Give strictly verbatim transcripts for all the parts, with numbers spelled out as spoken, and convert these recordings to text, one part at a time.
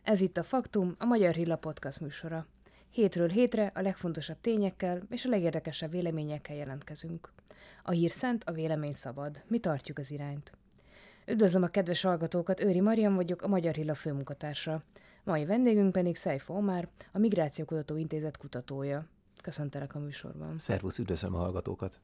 Ez itt a Faktum, a Magyar Hírlap podcast műsora. Hétről hétre a legfontosabb tényekkel és a legérdekesebb véleményekkel jelentkezünk. A hír szent, a vélemény szabad. Mi tartjuk az irányt. Üdvözlöm a kedves hallgatókat, Őri Marian vagyok, a Magyar Hírlap főmunkatársa. Mai vendégünk pedig Szejfo Omár, a Migrációkutató Intézet kutatója. Köszöntelek a műsorban. Szervusz, üdvözlöm a hallgatókat.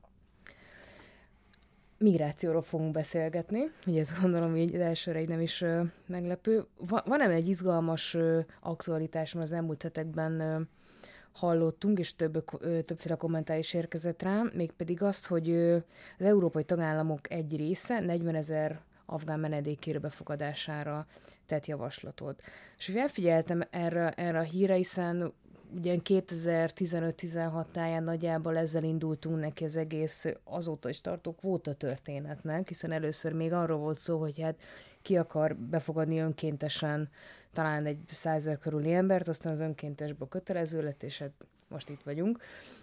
Migrációról fogunk beszélgetni, ugye ezt gondolom így elsőre így nem is uh, meglepő. Va- van-e egy izgalmas uh, aktualitás, mert az elmúlt hetekben uh, hallottunk, és több, uh, többféle kommentár is érkezett rá, mégpedig azt, hogy uh, az európai tagállamok egy része negyvenezer afgán menedékkérő befogadására tett javaslatot. És hogy elfigyeltem erre, erre a hírre, hiszen ugye kétezer-tizenöt-tizenhat táján nagyjából ezzel indultunk neki az egész azóta is tartó kvóta történetnek, hiszen először még arról volt szó, hogy hát ki akar befogadni önkéntesen talán egy százezer körüli embert, aztán az önkéntesből kötelező lett, és hát most itt vagyunk.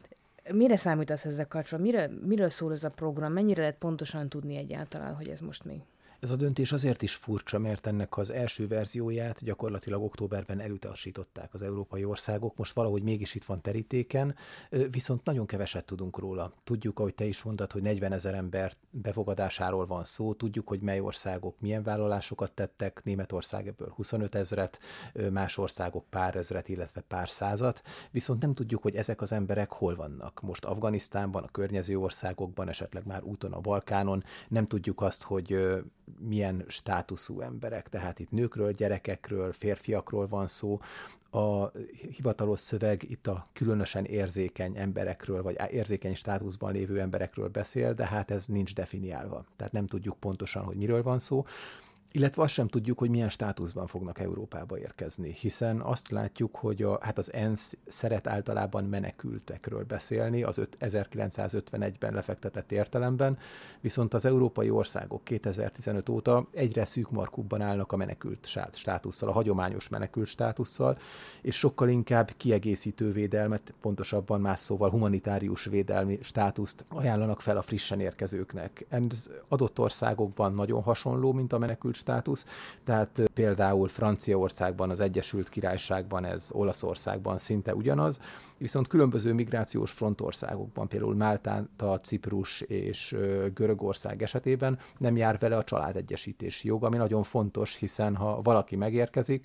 Mire számítasz ezzel kapcsolatban? Mire, miről szól ez a program? Mennyire lehet pontosan tudni egyáltalán, hogy ez most mi? Ez a döntés azért is furcsa, mert ennek az első verzióját gyakorlatilag októberben elutasították az európai országok, most valahogy mégis itt van terítéken, viszont nagyon keveset tudunk róla. Tudjuk, ahogy te is mondtad, hogy negyvenezer ember befogadásáról van szó, tudjuk, hogy mely országok milyen vállalásokat tettek, Németország ebből huszonöt ezret, más országok pár ezret, illetve pár százat, viszont nem tudjuk, hogy ezek az emberek hol vannak. Most Afganisztánban, a környező országokban, esetleg már úton a Balkánon, nem tudjuk azt, hogy milyen státuszú emberek, tehát itt nőkről, gyerekekről, férfiakról van szó. A hivatalos szöveg itt a különösen érzékeny emberekről, vagy érzékeny státuszban lévő emberekről beszél, de hát ez nincs definiálva. Tehát nem tudjuk pontosan, hogy miről van szó. Illetve azt sem tudjuk, hogy milyen státuszban fognak Európába érkezni, hiszen azt látjuk, hogy a, hát az ENSZ szeret általában menekültekről beszélni az ezerkilencszázötvenegyben lefektetett értelemben, viszont az európai országok kétezer-tizenöt óta egyre szűkmarkúbban állnak a menekült státusszal, a hagyományos menekült státusszal, és sokkal inkább kiegészítő védelmet, pontosabban más szóval humanitárius védelmi státuszt ajánlanak fel a frissen érkezőknek. Ez adott országokban nagyon hasonló, mint a menekült státusz, tehát például Franciaországban, az Egyesült Királyságban, ez Olaszországban szinte ugyanaz, viszont különböző migrációs frontországokban, például Málta, Ciprus és Görögország esetében nem jár vele a családegyesítési jog, ami nagyon fontos, hiszen ha valaki megérkezik,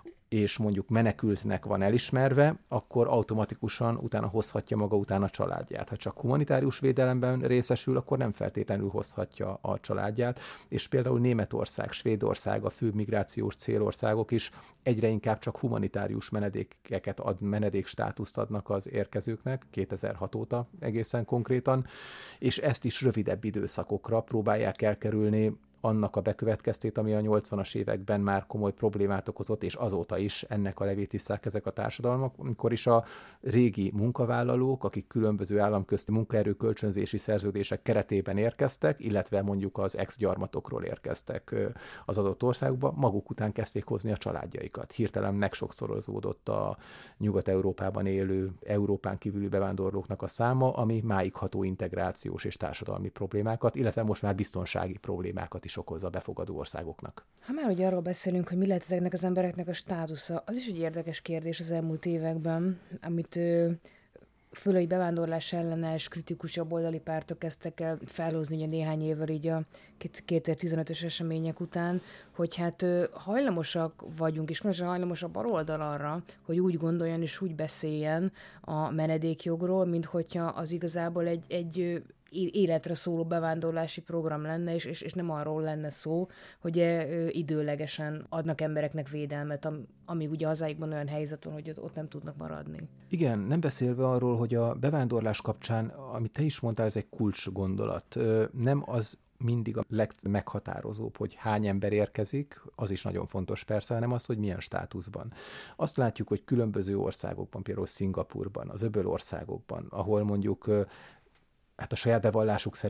és mondjuk menekültnek van elismerve, akkor automatikusan utána hozhatja maga után a családját. Ha csak humanitárius védelemben részesül, akkor nem feltétlenül hozhatja a családját, és például Németország, Svédország, a fő migrációs célországok is egyre inkább csak humanitárius menedékeket ad, menedékstátuszt adnak az érkezőknek, kétezer-hat óta egészen konkrétan, és ezt is rövidebb időszakokra próbálják elkerülni, annak a bekövetkeztét, ami a nyolcvanas években már komoly problémát okozott, és azóta is ennek a levét isszák ezek a társadalmak, amikor is a régi munkavállalók, akik különböző államközti munkaerőkölcsönzési szerződések keretében érkeztek, illetve mondjuk az ex-gyarmatokról érkeztek az adott országba, maguk után kezdték hozni a családjaikat. Hirtelen megsokszorozódott a Nyugat-Európában élő, Európán kívüli bevándorlóknak a száma, ami máig ható integrációs és társadalmi problémákat, illetve most már biztonsági problémákat is okoz a befogadó országoknak. Ha már ugye arról beszélünk, hogy mi lehet ezeknek az embereknek a státusza, az is egy érdekes kérdés az elmúlt években, amit ö, főleg bevándorlás ellenes kritikus jobboldali pártok kezdtek el felhozni ugye néhány évvel így a kétezer-tizenötös események után, hogy hát ö, hajlamosak vagyunk, és különösen hajlamos a baloldal arra, hogy úgy gondoljon és úgy beszéljen a menedékjogról, mint hogyha az igazából egy, egy életre szóló bevándorlási program lenne, és, és, és nem arról lenne szó, hogy e, időlegesen adnak embereknek védelmet, am, amíg ugye hazáikban olyan helyzet van, hogy ott, ott nem tudnak maradni. Igen, nem beszélve arról, hogy a bevándorlás kapcsán, amit te is mondtál, ez egy kulcs gondolat. Nem az mindig a legmeghatározóbb, hogy hány ember érkezik, az is nagyon fontos persze, hanem az, hogy milyen státuszban. Azt látjuk, hogy különböző országokban, például Szingapurban, az öböl országokban, ahol mondjuk hát a saját bevallásuk szerint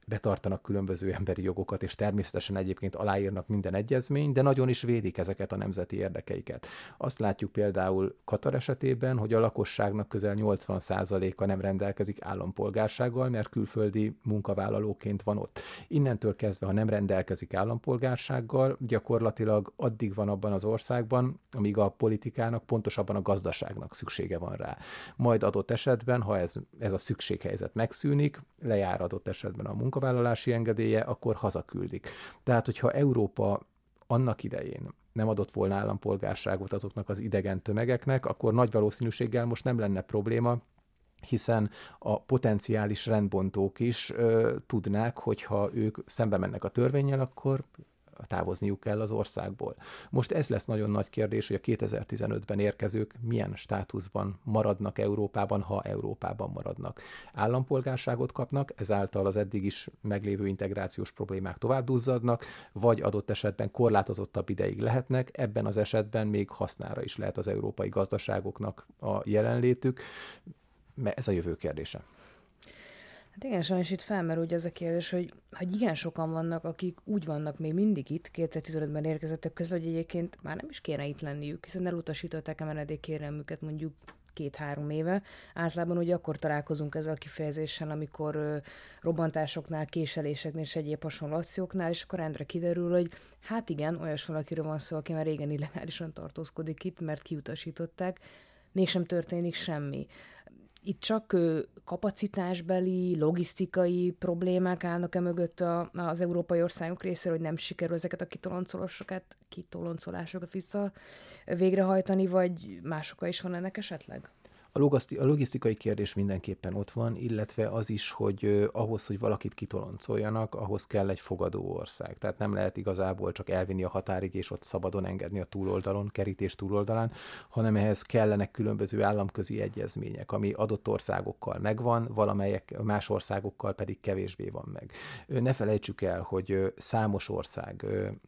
betartanak különböző emberi jogokat, és természetesen egyébként aláírnak minden egyezményt, de nagyon is védik ezeket a nemzeti érdekeiket. Azt látjuk például Katar esetében, hogy a lakosságnak közel nyolcvan százaléka nem rendelkezik állampolgársággal, mert külföldi munkavállalóként van ott. Innentől kezdve, ha nem rendelkezik állampolgársággal, gyakorlatilag addig van abban az országban, amíg a politikának, pontosabban a gazdaságnak szüksége van rá. Majd adott esetben, ha ez, ez a szükséghelyzet megszűnik, lejár adott esetben a munkavállalási engedélye, akkor hazaküldik. Tehát, hogyha Európa annak idején nem adott volna állampolgárságot azoknak az idegen tömegeknek, akkor nagy valószínűséggel most nem lenne probléma, hiszen a potenciális rendbontók is ö, tudnák, hogyha ők szembe mennek a törvénnyel, akkor távozniuk kell az országból. Most ez lesz nagyon nagy kérdés, hogy a kétezer-tizenötben érkezők milyen státuszban maradnak Európában, ha Európában maradnak. Állampolgárságot kapnak, ezáltal az eddig is meglévő integrációs problémák tovább duzzadnak, vagy adott esetben korlátozottabb ideig lehetnek, ebben az esetben még hasznára is lehet az európai gazdaságoknak a jelenlétük, mert ez a jövő kérdése. Hát igen, sajnos itt felmerül ugye ez a kérdés, hogy, hogy igen sokan vannak, akik úgy vannak még mindig itt, kétezer-tizenötben érkezettek közül, hogy egyébként már nem is kéne itt lenniük, hiszen elutasították a menedékkérelmüket mondjuk két-három éve. Általában ugye akkor találkozunk ezzel a kifejezéssel, amikor ö, robbantásoknál, késeléseknél és egyéb hasonló akcióknál, és akkor rendre kiderül, hogy hát igen, olyas valakiről van szó, aki már régen illegálisan tartózkodik itt, mert kiutasították, mégsem történik semmi. Itt csak kapacitásbeli, logisztikai problémák állnak-e mögött a, az európai országok részéről, hogy nem sikerül ezeket a kitoloncolásokat, kitoloncolásokat vissza végrehajtani, vagy más oka is van ennek esetleg? A logisztikai kérdés mindenképpen ott van, illetve az is, hogy ahhoz, hogy valakit kitoloncoljanak, ahhoz kell egy fogadó ország. Tehát nem lehet igazából csak elvinni a határig, és ott szabadon engedni a túloldalon, kerítés túloldalán, hanem ehhez kellenek különböző államközi egyezmények, ami adott országokkal megvan, valamelyek más országokkal pedig kevésbé van meg. Ne felejtsük el, hogy számos ország,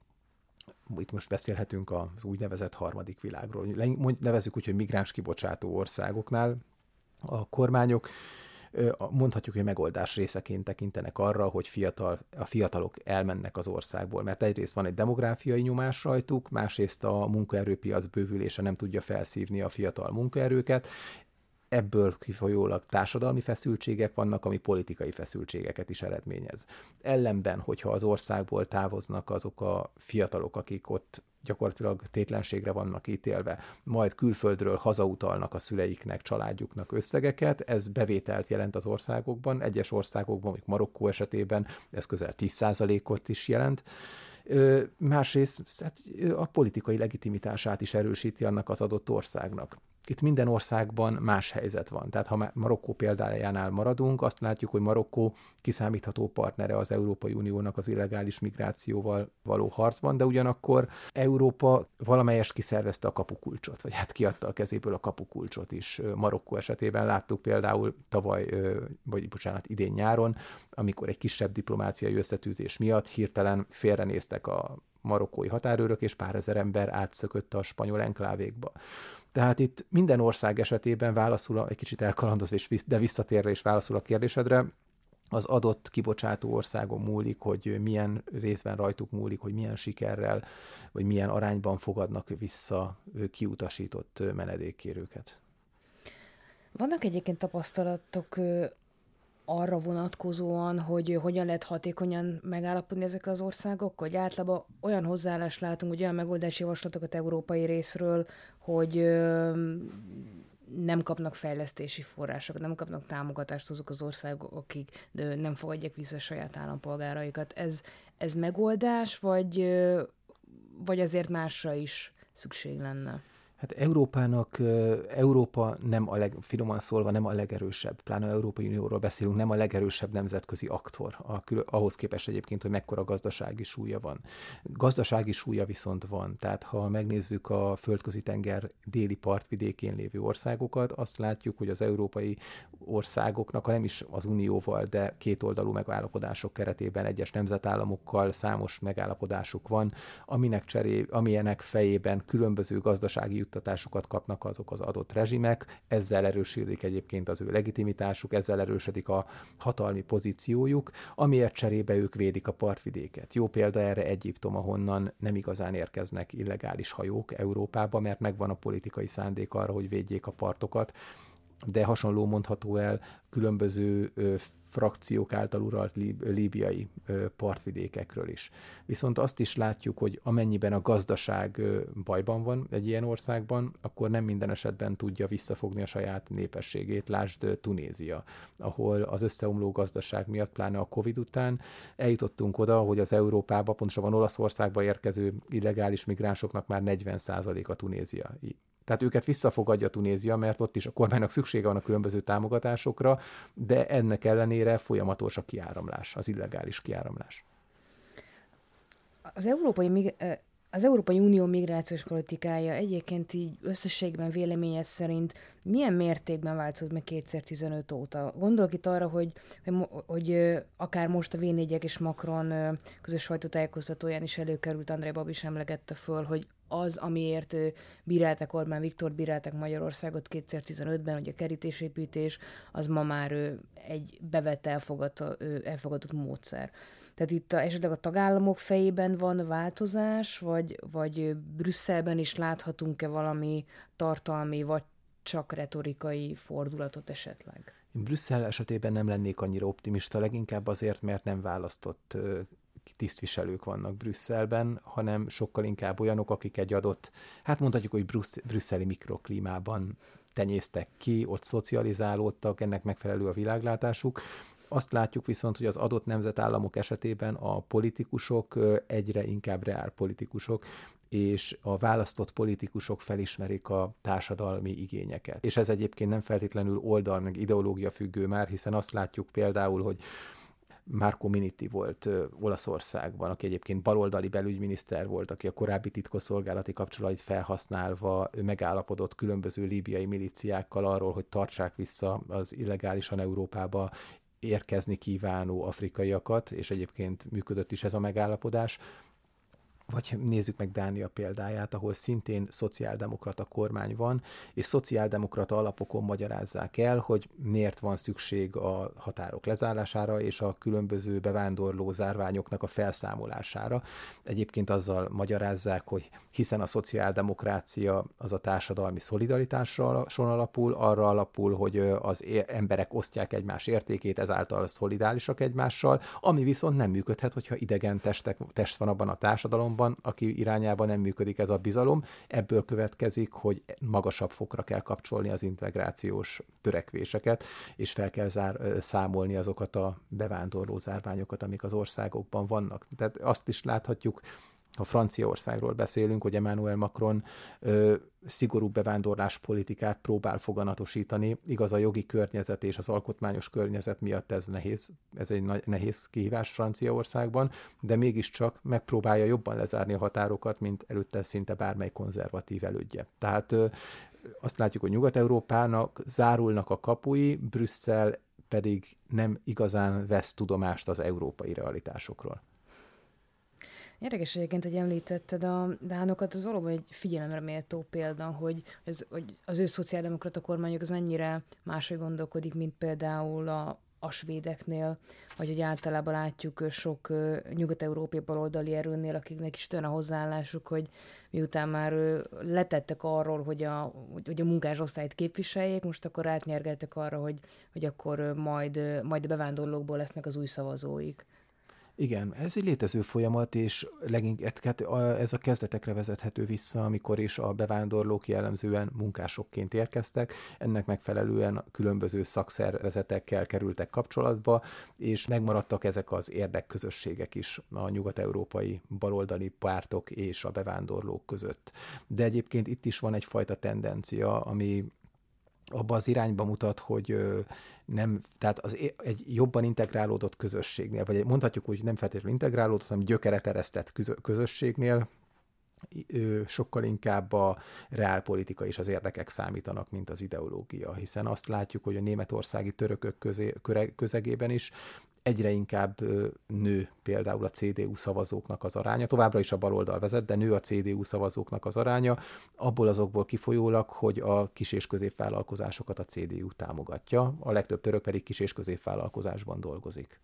itt most beszélhetünk az úgynevezett harmadik világról. Nevezzük úgy, hogy migráns kibocsátó országoknál a kormányok mondhatjuk, hogy megoldás részeként tekintenek arra, hogy fiatal, a fiatalok elmennek az országból, mert egyrészt van egy demográfiai nyomás rajtuk, másrészt a munkaerőpiac bővülése nem tudja felszívni a fiatal munkaerőket, ebből kifolyólag társadalmi feszültségek vannak, ami politikai feszültségeket is eredményez. Ellenben, hogyha az országból távoznak azok a fiatalok, akik ott gyakorlatilag tétlenségre vannak ítélve, majd külföldről hazautalnak a szüleiknek, családjuknak összegeket, ez bevételt jelent az országokban, egyes országokban, mondjuk Marokkó esetében ez közel tíz százalékot is jelent. Másrészt hát a politikai legitimitását is erősíti annak az adott országnak. Itt minden országban más helyzet van. Tehát ha Marokkó példájánál maradunk, azt látjuk, hogy Marokkó kiszámítható partnere az Európai Uniónak az illegális migrációval való harcban, de ugyanakkor Európa valamelyest kiszervezte a kapukulcsot, vagy hát kiadta a kezéből a kapukulcsot is. Marokkó esetében láttuk például tavaly, vagy bocsánat, idén nyáron, amikor egy kisebb diplomáciai összetűzés miatt hirtelen félrenéztek a marokkói határőrök, és pár ezer ember átszökött a spanyol enklávékba. Tehát itt minden ország esetében válaszul, egy kicsit elkalandozva, de visszatérve és válaszol a kérdésedre, az adott kibocsátó országon múlik, hogy milyen részben rajtuk múlik, hogy milyen sikerrel, vagy milyen arányban fogadnak vissza kiutasított menedékkérőket. Vannak egyébként tapasztalatok arra vonatkozóan, hogy hogyan lehet hatékonyan megállapodni ezekkel az országokkal, hogy általában olyan hozzáállást látunk, hogy olyan megoldási javaslatokat európai részről, hogy nem kapnak fejlesztési forrásokat, nem kapnak támogatást azok az országok, akik nem fogadják vissza saját állampolgáraikat. Ez, ez megoldás, vagy, vagy azért másra is szükség lenne? Hát Európának, Európa nem a leg, finoman szólva nem a legerősebb, pláne Európai Unióról beszélünk, nem a legerősebb nemzetközi aktor, a, ahhoz képest egyébként, hogy mekkora gazdasági súlya van. Gazdasági súlya viszont van, tehát ha megnézzük a földközi tenger déli partvidékén lévő országokat, azt látjuk, hogy az európai országoknak, ha nem is az Unióval, de kétoldalú megállapodások keretében egyes nemzetállamokkal számos megállapodásuk van, aminek cseré, amilyenek fejében különböző gazdasági juttatásokat kapnak azok az adott rezsimek, ezzel erősödik egyébként az ő legitimitásuk, ezzel erősödik a hatalmi pozíciójuk, amiért cserébe ők védik a partvidéket. Jó példa erre Egyiptom, ahonnan nem igazán érkeznek illegális hajók Európába, mert megvan a politikai szándék arra, hogy védjék a partokat, de hasonló mondható el különböző ö, frakciók által uralt lí- líbiai ö, partvidékekről is. Viszont azt is látjuk, hogy amennyiben a gazdaság ö, bajban van egy ilyen országban, akkor nem minden esetben tudja visszafogni a saját népességét. Lásd ö, Tunézia, ahol az összeomló gazdaság miatt, pláne a Covid után eljutottunk oda, hogy az Európába, pontosabban Olaszországba érkező illegális migránsoknak már negyven százaléka tunéziai. Tehát őket visszafogadja Tunézia, mert ott is a kormánynak szüksége van a különböző támogatásokra, de ennek ellenére folyamatos a kiáramlás, az illegális kiáramlás. Az Európai, az Európai Unió migrációs politikája egyébként így összességben véleményed szerint milyen mértékben változott meg kétezer-tizenöt óta? Gondolok itt arra, hogy, hogy, hogy akár most a vé négyek és Macron közös sajtótájékoztatóján is előkerült, Andrej Bab is emlegette föl, hogy az, amiért bírálták Orbán Viktor, bírálták Magyarországot kétezer-tizenötben, hogy a kerítésépítés, az ma már egy bevett elfogadott, elfogadott módszer. Tehát itt a, esetleg a tagállamok fejében van változás, vagy, vagy Brüsszelben is láthatunk-e valami tartalmi, vagy csak retorikai fordulatot esetleg? Én Brüsszel esetében nem lennék annyira optimista, leginkább azért, mert nem választott tisztviselők vannak Brüsszelben, hanem sokkal inkább olyanok, akik egy adott, hát mondhatjuk, hogy brüssz, brüsszeli mikroklímában tenyésztek ki, ott szocializálódtak, ennek megfelelő a világlátásuk. Azt látjuk viszont, hogy az adott nemzetállamok esetében a politikusok egyre inkább reálpolitikusok, és a választott politikusok felismerik a társadalmi igényeket. És ez egyébként nem feltétlenül oldal, meg ideológia függő már, hiszen azt látjuk például, hogy Marco Minniti volt ö, Olaszországban, aki egyébként baloldali belügyminiszter volt, aki a korábbi titkosszolgálati kapcsolatit felhasználva megállapodott különböző líbiai milíciákkal arról, hogy tartsák vissza az illegálisan Európába érkezni kívánó afrikaiakat, és egyébként működött is ez a megállapodás. Vagy nézzük meg Dánia példáját, ahol szintén szociáldemokrata kormány van, és szociáldemokrata alapokon magyarázzák el, hogy miért van szükség a határok lezárására és a különböző bevándorló zárványoknak a felszámolására. Egyébként azzal magyarázzák, hogy hiszen a szociáldemokrácia az a társadalmi szolidaritásra alapul, arra alapul, hogy az emberek osztják egymás értékét, ezáltal szolidálisak egymással, ami viszont nem működhet, hogyha idegen testek, test van abban a társadalomban, aki irányában nem működik ez a bizalom. Ebből következik, hogy magasabb fokra kell kapcsolni az integrációs törekvéseket, és fel kell zár, számolni azokat a bevándorló zárványokat, amik az országokban vannak. Tehát azt is láthatjuk, ha Franciaországról beszélünk, hogy Emmanuel Macron ö, szigorú bevándorláspolitikát próbál foganatosítani. Igaz, a jogi környezet és az alkotmányos környezet miatt ez nehéz, ez egy nagy, nehéz kihívás Franciaországban, de mégiscsak megpróbálja jobban lezárni a határokat, mint előtte szinte bármely konzervatív elődje. Tehát ö, azt látjuk, hogy Nyugat-Európának zárulnak a kapui, Brüsszel pedig nem igazán vesz tudomást az európai realitásokról. Érdekes egyébként, hogy említetted a dánokat, az valóban egy figyelemre méltó példa, hogy az, hogy az ő szociáldemokrata kormányok az annyira máshogy gondolkodik, mint például a, a svédeknél, vagy hogy általában látjuk sok uh, nyugat-európai baloldali erőnél, akiknek is olyan a hozzáállásuk, hogy miután már uh, letettek arról, hogy a, hogy a munkásosztályt képviseljék, most akkor átnyergeltek arra, hogy, hogy akkor uh, majd, uh, majd a bevándorlókból lesznek az új szavazóik. Igen, ez egy létező folyamat, és leginkább ez a kezdetekre vezethető vissza, amikor is a bevándorlók jellemzően munkásokként érkeztek, ennek megfelelően különböző szakszervezetekkel kerültek kapcsolatba, és megmaradtak ezek az érdekközösségek is a nyugat-európai baloldali pártok és a bevándorlók között. De egyébként itt is van egyfajta tendencia, ami abba az irányba mutat, hogy nem, tehát az egy jobban integrálódott közösségnél, vagy mondhatjuk úgy, nem feltétlenül integrálódott, hanem gyökeret eresztett közösségnél sokkal inkább a reálpolitika és az érdekek számítanak, mint az ideológia, hiszen azt látjuk, hogy a németországi törökök közé, közegében is egyre inkább nő például a cé dé u szavazóknak az aránya, továbbra is a baloldal vezet, de nő a cé dé u szavazóknak az aránya, abból azokból kifolyólag, hogy a kis- és középvállalkozásokat a cé dé u támogatja, a legtöbb török pedig kis- és középvállalkozásban dolgozik.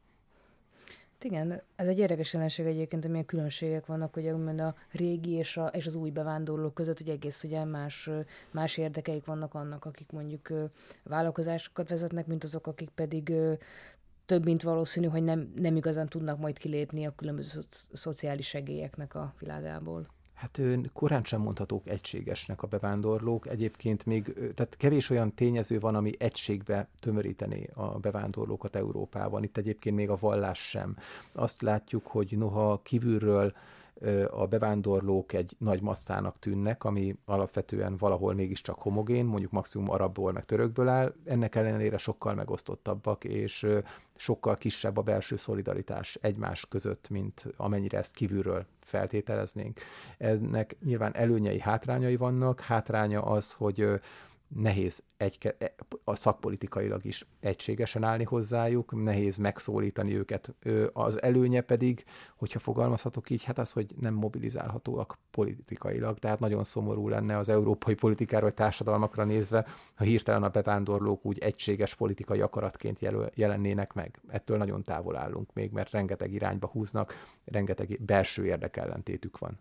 Igen, ez egy érdekes jelenség egyébként, amilyen különbségek vannak, ugye úgymond a régi és, a, és az új bevándorlók között, hogy egész ugye más, más érdekeik vannak annak, akik mondjuk vállalkozásokat vezetnek, mint azok, akik pedig több mint valószínű, hogy nem, nem igazán tudnak majd kilépni a különböző szociális segélyeknek a világából. Hát korán sem mondhatók egységesnek a bevándorlók. Egyébként még, tehát kevés olyan tényező van, ami egységbe tömörítené a bevándorlókat Európában. Itt egyébként még a vallás sem. Azt látjuk, hogy noha kívülről a bevándorlók egy nagy masszának tűnnek, ami alapvetően valahol mégiscsak homogén, mondjuk maximum arabból meg törökből áll, ennek ellenére sokkal megosztottabbak, és sokkal kisebb a belső szolidaritás egymás között, mint amennyire ezt kívülről feltételeznénk. Ennek nyilván előnyei, hátrányai vannak. Hátránya az, hogy nehéz egy, a szakpolitikailag is egységesen állni hozzájuk, nehéz megszólítani őket. Az előnye pedig, hogyha fogalmazhatok így, hát az, hogy nem mobilizálhatóak politikailag, tehát nagyon szomorú lenne az európai politikára vagy társadalmakra nézve, ha hirtelen a bevándorlók úgy egységes politikai akaratként jelennének meg. Ettől nagyon távol állunk még, mert rengeteg irányba húznak, rengeteg belső érdekellentétük van.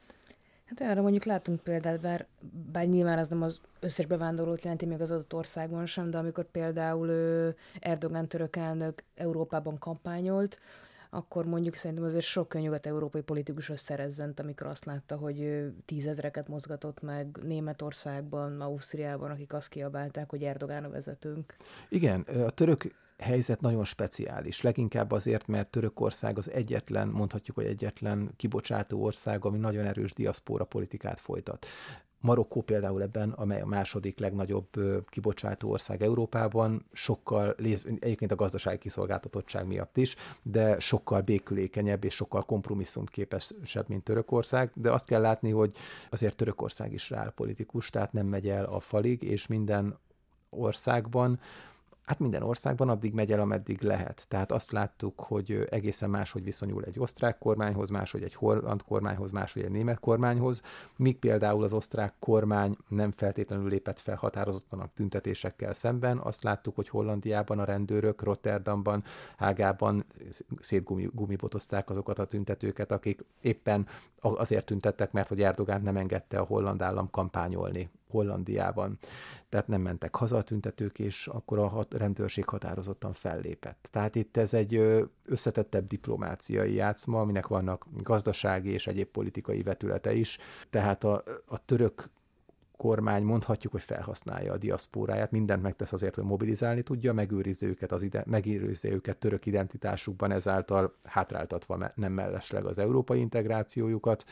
Hát olyanra mondjuk látunk példát, bár, bár nyilván az nem az összes bevándorlót jelenti még az adott országban sem, de amikor például Erdogan török elnök Európában kampányolt, akkor mondjuk szerintem azért sok nyugat-európai politikus összerezzent, amikor azt látta, hogy tízezreket mozgatott meg Németországban, Ausztriában, akik azt kiabálták, hogy Erdogan a vezetőnk. Igen, a török helyzet nagyon speciális. Leginkább azért, mert Törökország az egyetlen, mondhatjuk, hogy egyetlen kibocsátó ország, ami nagyon erős diaszpóra politikát folytat. Marokkó például ebben, amely a második legnagyobb kibocsátó ország Európában, sokkal, egyébként a gazdasági kiszolgáltatottság miatt is, de sokkal békülékenyebb és sokkal kompromisszumképesebb, mint Törökország, de azt kell látni, hogy azért Törökország is reálpolitikus, tehát nem megy el a falig, és minden országban Hát minden országban addig megy el, ameddig lehet. Tehát azt láttuk, hogy egészen máshogy viszonyul egy osztrák kormányhoz, máshogy egy holland kormányhoz, máshogy egy német kormányhoz, míg például az osztrák kormány nem feltétlenül lépett fel határozottan a tüntetésekkel szemben. Azt láttuk, hogy Hollandiában a rendőrök, Rotterdamban, Hágában szétgumibotozták azokat a tüntetőket, akik éppen azért tüntettek, mert hogy Erdogan nem engedte a holland állam kampányolni Hollandiában. Tehát nem mentek haza a tüntetők, és akkor a rendőrség határozottan fellépett. Tehát itt ez egy összetettebb diplomáciai játszma, aminek vannak gazdasági és egyéb politikai vetülete is. Tehát a, a török kormány mondhatjuk, hogy felhasználja a diaszpóráját, mindent megtesz azért, hogy mobilizálni tudja, megőrizze őket, az ide, megőrizze őket török identitásukban, ezáltal hátráltatva nem mellesleg az európai integrációjukat,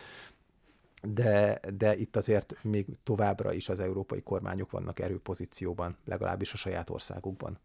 De, de itt azért még továbbra is az európai kormányok vannak erőpozícióban, legalábbis a saját országukban.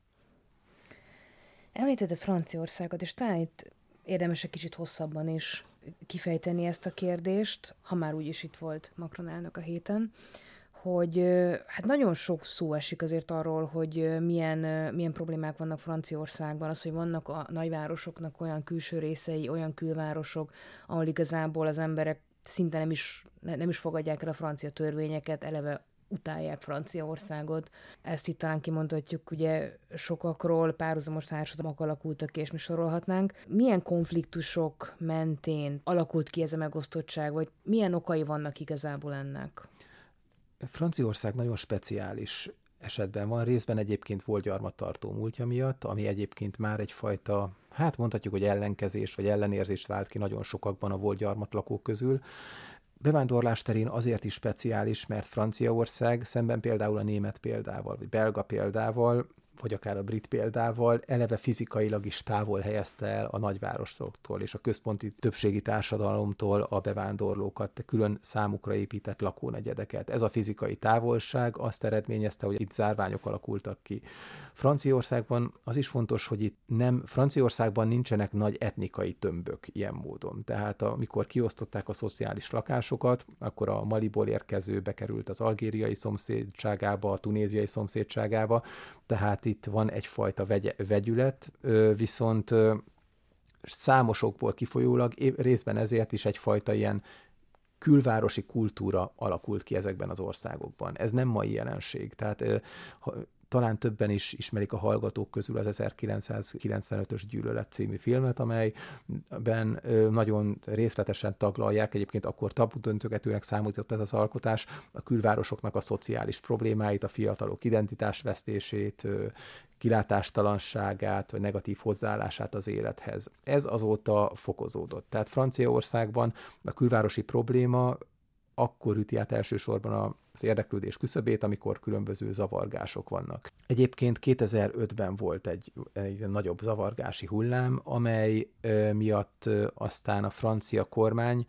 Említette Franciaországot, és talán itt érdemes egy kicsit hosszabban is kifejteni ezt a kérdést, ha már úgyis itt volt Macron elnök a héten, hogy hát nagyon sok szó esik azért arról, hogy milyen, milyen problémák vannak Franciaországban, az, hogy vannak a nagyvárosoknak olyan külső részei, olyan külvárosok, ahol igazából az emberek szinte nem is, nem is fogadják el a francia törvényeket, eleve utálják Franciaországot. Ezt itt talán kimondhatjuk, ugye sokakról párhuzamos társadalmak alakultak ki, és mi sorolhatnánk. Milyen konfliktusok mentén alakult ki ez a megosztottság, vagy milyen okai vannak igazából ennek? Franciaország nagyon speciális esetben van, részben egyébként volt gyarmattartó múltja miatt, ami egyébként már egyfajta, hát mondhatjuk, hogy ellenkezés vagy ellenérzést vált ki nagyon sokakban a volt gyarmatlakók közül. Bevándorlás terén azért is speciális, mert Franciaország szemben például a német példával, vagy belga példával vagy akár a brit példával, eleve fizikailag is távol helyezte el a nagyvárosoktól és a központi többségi társadalomtól a bevándorlókat, külön számukra épített lakónegyedeket. Ez a fizikai távolság azt eredményezte, hogy itt zárványok alakultak ki. Franciaországban az is fontos, hogy itt nem, Franciaországban nincsenek nagy etnikai tömbök ilyen módon. Tehát amikor kiosztották a szociális lakásokat, akkor a Maliból érkező bekerült az algériai szomszédságába, a tunéziai szomszédságába, tehát itt van egyfajta vegy- vegyület, viszont számosokból kifolyólag részben ezért is egyfajta ilyen külvárosi kultúra alakult ki ezekben az országokban. Ez nem mai jelenség. Tehát ha, talán többen is ismerik a hallgatók közül az ezerkilencszázkilencvenötös Gyűlölet című filmet, amelyben nagyon részletesen taglalják, egyébként akkor tabudöntögetőnek számított ez az alkotás, a külvárosoknak a szociális problémáit, a fiatalok identitásvesztését, kilátástalanságát, vagy negatív hozzáállását az élethez. Ez azóta fokozódott. Tehát Franciaországban a külvárosi probléma akkor üti át elsősorban az érdeklődés küszöbét, amikor különböző zavargások vannak. Egyébként kétezer-ötben volt egy, egy nagyobb zavargási hullám, amely e, miatt e, aztán a francia kormány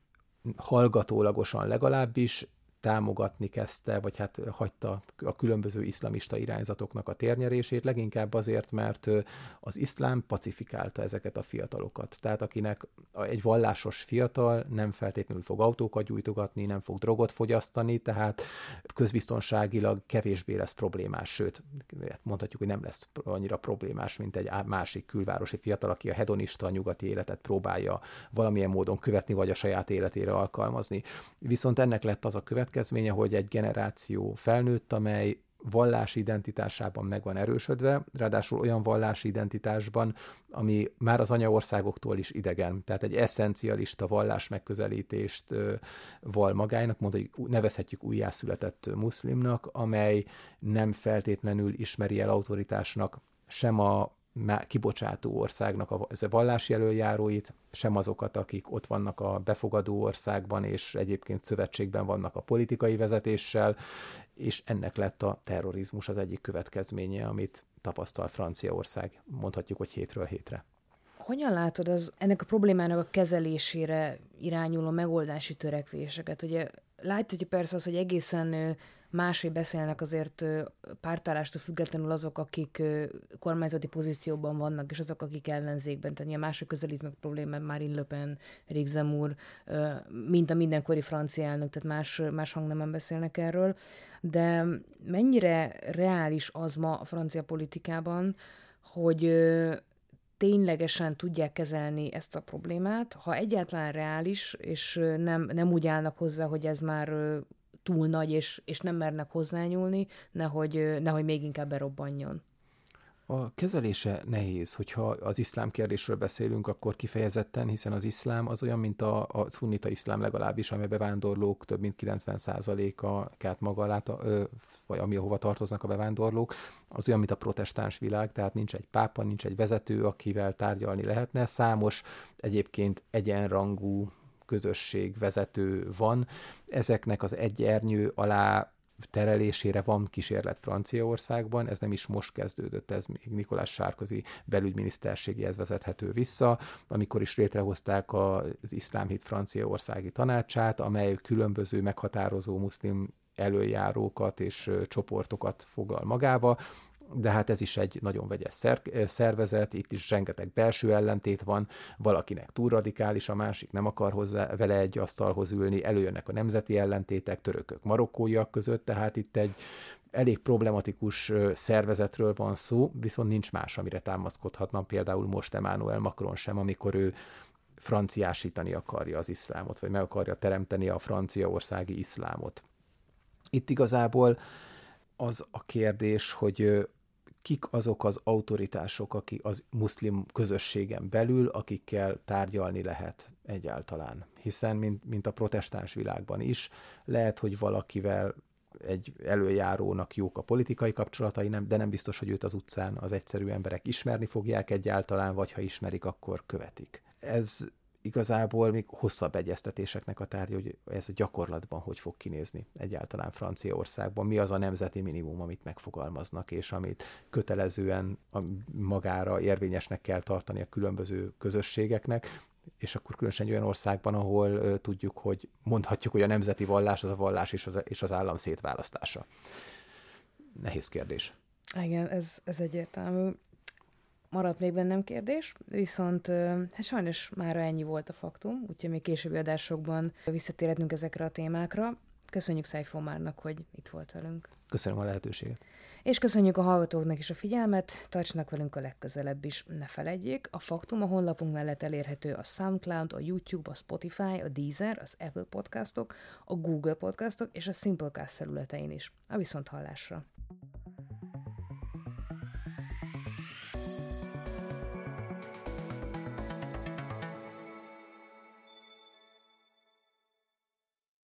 hallgatólagosan legalábbis támogatni kezdte, vagy hát hagyta a különböző iszlamista irányzatoknak a térnyerését, leginkább azért, mert az iszlám pacifikálta ezeket a fiatalokat. Tehát akinek egy vallásos fiatal nem feltétlenül fog autókat gyújtogatni, nem fog drogot fogyasztani, tehát közbiztonságilag kevésbé lesz problémás, sőt, mondhatjuk, hogy nem lesz annyira problémás, mint egy másik külvárosi fiatal, aki a hedonista nyugati életet próbálja valamilyen módon követni, vagy a saját életére alkalmazni. Viszont ennek lett az a követ következménye, hogy egy generáció felnőtt, amely vallási identitásában meg van erősödve, ráadásul olyan vallási identitásban, ami már az anyaországoktól is idegen. Tehát egy eszencialista vallás megközelítést val magának, mondjuk nevezhetjük újjászületett muszlimnak, amely nem feltétlenül ismeri el autoritásnak sem a kibocsátó országnak a vallási elöljáróit, sem azokat, akik ott vannak a befogadó országban, és egyébként szövetségben vannak a politikai vezetéssel, és ennek lett a terrorizmus az egyik következménye, amit tapasztal Franciaország, mondhatjuk, hogy hétről hétre. Hogyan látod az, ennek a problémának a kezelésére irányuló megoldási törekvéseket? Ugye látjuk persze az, hogy egészen máshogy beszélnek azért pártállástól függetlenül azok, akik kormányzati pozícióban vannak, és azok, akik ellenzékben. Tehát a másik közelít meg problémát Marine Le Pen, Éric Zemmour, mint a mindenkori francia elnök, tehát más, más hangnemen beszélnek erről. De mennyire reális az ma a francia politikában, hogy ténylegesen tudják kezelni ezt a problémát, ha egyáltalán reális, és nem, nem úgy állnak hozzá, hogy ez már túl nagy, és, és nem mernek hozzányúlni, nehogy, nehogy még inkább berobbanjon. A kezelése nehéz, hogyha az iszlám kérdésről beszélünk, akkor kifejezetten, hiszen az iszlám az olyan, mint a, a szunnita iszlám legalábbis, amely bevándorlók több mint kilencven százalékát maga alá, vagy ami ahova tartoznak a bevándorlók, az olyan, mint a protestáns világ, tehát nincs egy pápa, nincs egy vezető, akivel tárgyalni lehetne. Számos egyébként egyenrangú közösség vezető van. Ezeknek az egy ernyő alá terelésére van kísérlet Franciaországban, ez nem is most kezdődött, ez még Nicolas Sarkozy belügyminiszterségéhez vezethető vissza, amikor is létrehozták az Iszlám Hit Franciaországi Tanácsát, amely különböző meghatározó muszlim elöljárókat és csoportokat foglal magába, de hát ez is egy nagyon vegyes szer- szervezet, itt is rengeteg belső ellentét van, valakinek túl radikális, a másik nem akar hozzá vele egy asztalhoz ülni, előjönnek a nemzeti ellentétek, törökök, marokkóiak között, tehát itt egy elég problematikus szervezetről van szó, viszont nincs más, amire támaszkodhatna, például most Emmanuel Macron sem, amikor ő franciásítani akarja az iszlámot, vagy meg akarja teremteni a franciaországi iszlámot. Itt igazából az a kérdés, hogy kik azok az autoritások, akik az muszlim közösségen belül, akikkel tárgyalni lehet egyáltalán. Hiszen, mint, mint a protestáns világban is, lehet, hogy valakivel egy előjárónak jók a politikai kapcsolatai, nem, de nem biztos, hogy őt az utcán az egyszerű emberek ismerni fogják egyáltalán, vagy ha ismerik, akkor követik. Ez igazából még hosszabb egyeztetéseknek a tárgya, hogy ez a gyakorlatban hogy fog kinézni egyáltalán Franciaországban, mi az a nemzeti minimum, amit megfogalmaznak, és amit kötelezően magára érvényesnek kell tartani a különböző közösségeknek, és akkor különösen olyan országban, ahol uh, tudjuk, hogy mondhatjuk, hogy a nemzeti vallás az a vallás és az, és az állam szétválasztása. Nehéz kérdés. Igen, ez, ez egyértelmű. Maradt még bennem kérdés, viszont hát sajnos már ennyi volt a faktum, úgyhogy még későbbi adásokban visszatérhetünk ezekre a témákra. Köszönjük Szájfó Márnak, hogy itt volt velünk. Köszönöm a lehetőséget. És köszönjük a hallgatóknak is a figyelmet, tartsanak velünk a legközelebb is. Ne feledjék, a Faktum a honlapunk mellett elérhető a SoundCloud, a YouTube, a Spotify, a Deezer, az Apple Podcastok, a Google Podcastok és a Simplecast felületein is. A viszonthallásra!